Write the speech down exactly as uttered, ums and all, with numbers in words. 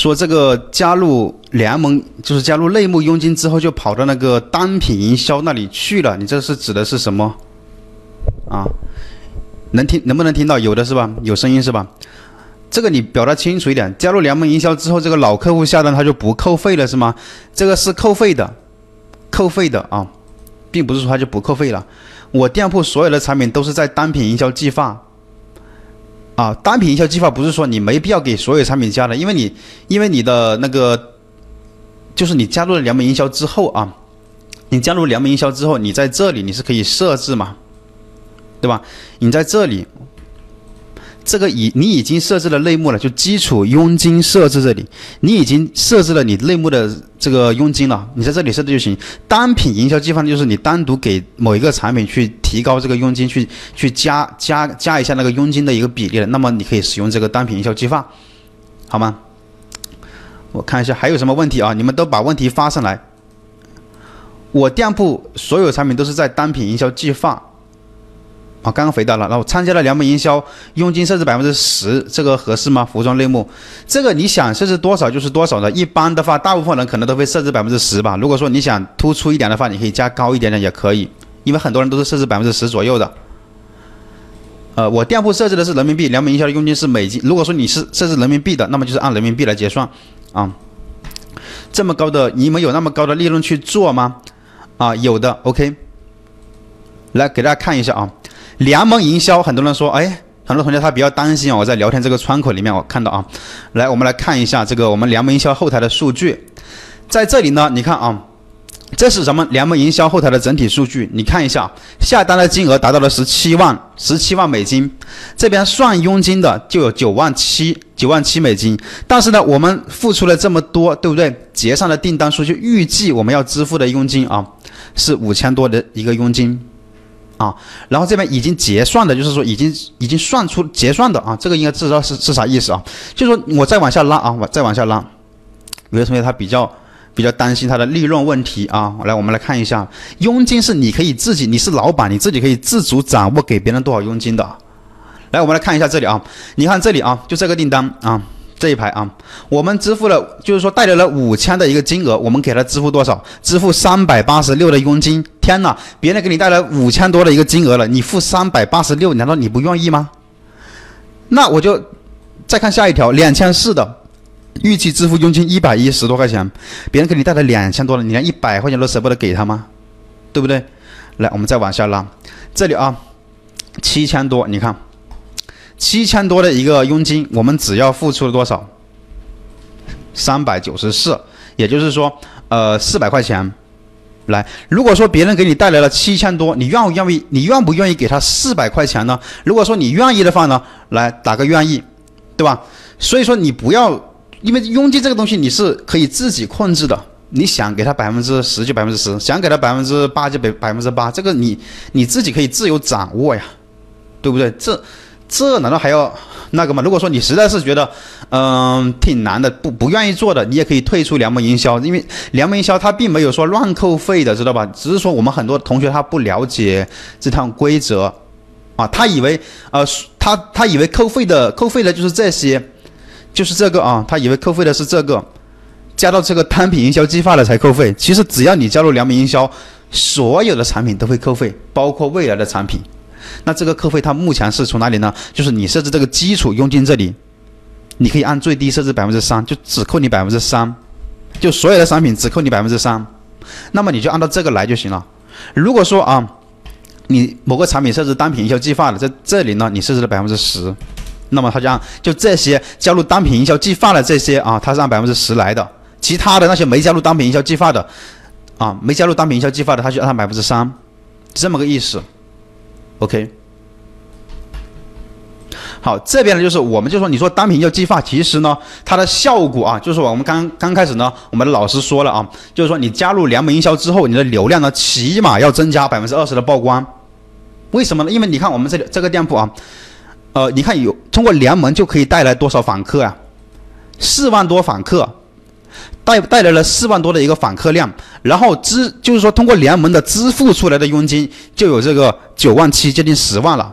说这个加入联盟，就是加入类目佣金之后，就跑到那个单品营销那里去了。你这是指的是什么啊？能听能不能听到？有的是吧？有声音是吧？这个你表达清楚一点。加入联盟营销之后，这个老客户下单他就不扣费了是吗？这个是扣费的，扣费的啊，并不是说他就不扣费了。我店铺所有的产品都是在单品营销计划。啊，单品营销计划不是说你没必要给所有产品加的，因为你因为你的那个就是你加入了联盟营销之后啊，你加入联盟营销之后，你在这里你是可以设置嘛，对吧？你在这里，这个已你已经设置了类目了，就基础佣金设置这里，你已经设置了你类目的这个佣金了，你在这里设置就行。单品营销计划就是你单独给某一个产品去提高这个佣金，去去加加加一下那个佣金的一个比例的，那么你可以使用这个单品营销计划，好吗？我看一下还有什么问题啊？你们都把问题发上来。我店铺所有产品都是在单品营销计划。啊，刚刚回答了，然后参加了联盟营销，佣金设置百分之十，这个合适吗？服装类目，这个你想设置多少就是多少的。一般的话，大部分人可能都会设置百分之十吧。如果说你想突出一点的话，你可以加高一点点也可以，因为很多人都是设置百分之十左右的。呃，我店铺设置的是人民币，联盟营销的佣金是美金。如果说你是设置人民币的，那么就是按人民币来结算啊。这么高的，你们有那么高的利润去做吗？啊，有的。OK， 来给大家看一下啊。联盟营销，很多人说，哎，很多同学他比较担心啊。我在聊天这个窗口里面，我看到啊，来，我们来看一下这个我们联盟营销后台的数据，在这里呢，你看啊，这是咱们联盟营销后台的整体数据，你看一下，下单的金额达到了十七万，十七万美金，这边算佣金的就有九万七，九万七美金，但是呢，我们付出了这么多，对不对？结上的订单数就预计我们要支付的佣金啊，是五千多的一个佣金。啊，然后这边已经结算的，就是说已经已经算出结算的啊，这个应该知道是是啥意思啊？就是说我再往下拉啊，我再往下拉，有的同学他比较比较担心他的利润问题啊。来，我们来看一下，佣金是你可以自己，你是老板，你自己可以自主掌握给别人多少佣金的。来，我们来看一下这里啊，你看这里啊，就这个订单啊。这一排啊，我们支付了，就是说带来了五千的一个金额，我们给他支付多少？支付三百八十六的佣金。天哪，别人给你带来五千多的一个金额了，你付三百八十六，难道你不愿意吗？那我就再看下一条，两千四的，预期支付佣金一百一十多块钱，别人给你带来两千多的，你连一百块钱都舍不得给他吗？对不对？来，我们再往下拉，这里啊，七千多，你看。七千多的一个佣金，我们只要付出了多少？三百九十四，也就是说，呃，四百块钱。来，如果说别人给你带来了七千多，你愿不愿意？你愿不愿意给他四百块钱呢？如果说你愿意的话呢，来打个愿意，对吧？所以说你不要，因为佣金这个东西你是可以自己控制的，你想给他百分之十就百分之十，想给他百分之八就百百分之八，这个你你自己可以自由掌握呀，对不对？这。这难道还要那个吗？如果说你实在是觉得，嗯、呃，挺难的，不不愿意做的，你也可以退出联盟营销，因为联盟营销它并没有说乱扣费的，知道吧？只是说我们很多同学他不了解这套规则，啊，他以为呃，他他以为扣费的扣费的就是这些，就是这个啊，他以为扣费的是这个，加到这个单品营销计划的才扣费。其实只要你加入联盟营销，所有的产品都会扣费，包括未来的产品。那这个扣费它目前是从哪里呢？就是你设置这个基础佣金这里，你可以按最低设置百分之三，就只扣你百分之三，就所有的商品只扣你百分之三，那么你就按照这个来就行了。如果说啊，你某个产品设置单品营销计划的，在这里呢你设置了百分之十，那么它就按就这些加入单品营销计划的这些啊，它是按百分之十来的，其他的那些没加入单品营销计划的啊，没加入单品营销计划的，它就按百分之三，这么个意思。OK， 好，这边呢就是我们就说，你说单品营销计划，其实呢它的效果啊，就是我们刚刚开始呢，我们的老师说了啊，就是说你加入联盟营销之后，你的流量呢起码要增加百分之二十的曝光。为什么呢？因为你看我们这里这个店铺啊，呃，你看有通过联盟就可以带来多少访客啊？四万多访客。带带来了四万多的一个访客量，然后支就是说通过联盟的支付出来的佣金就有这个九万七，接近十万了。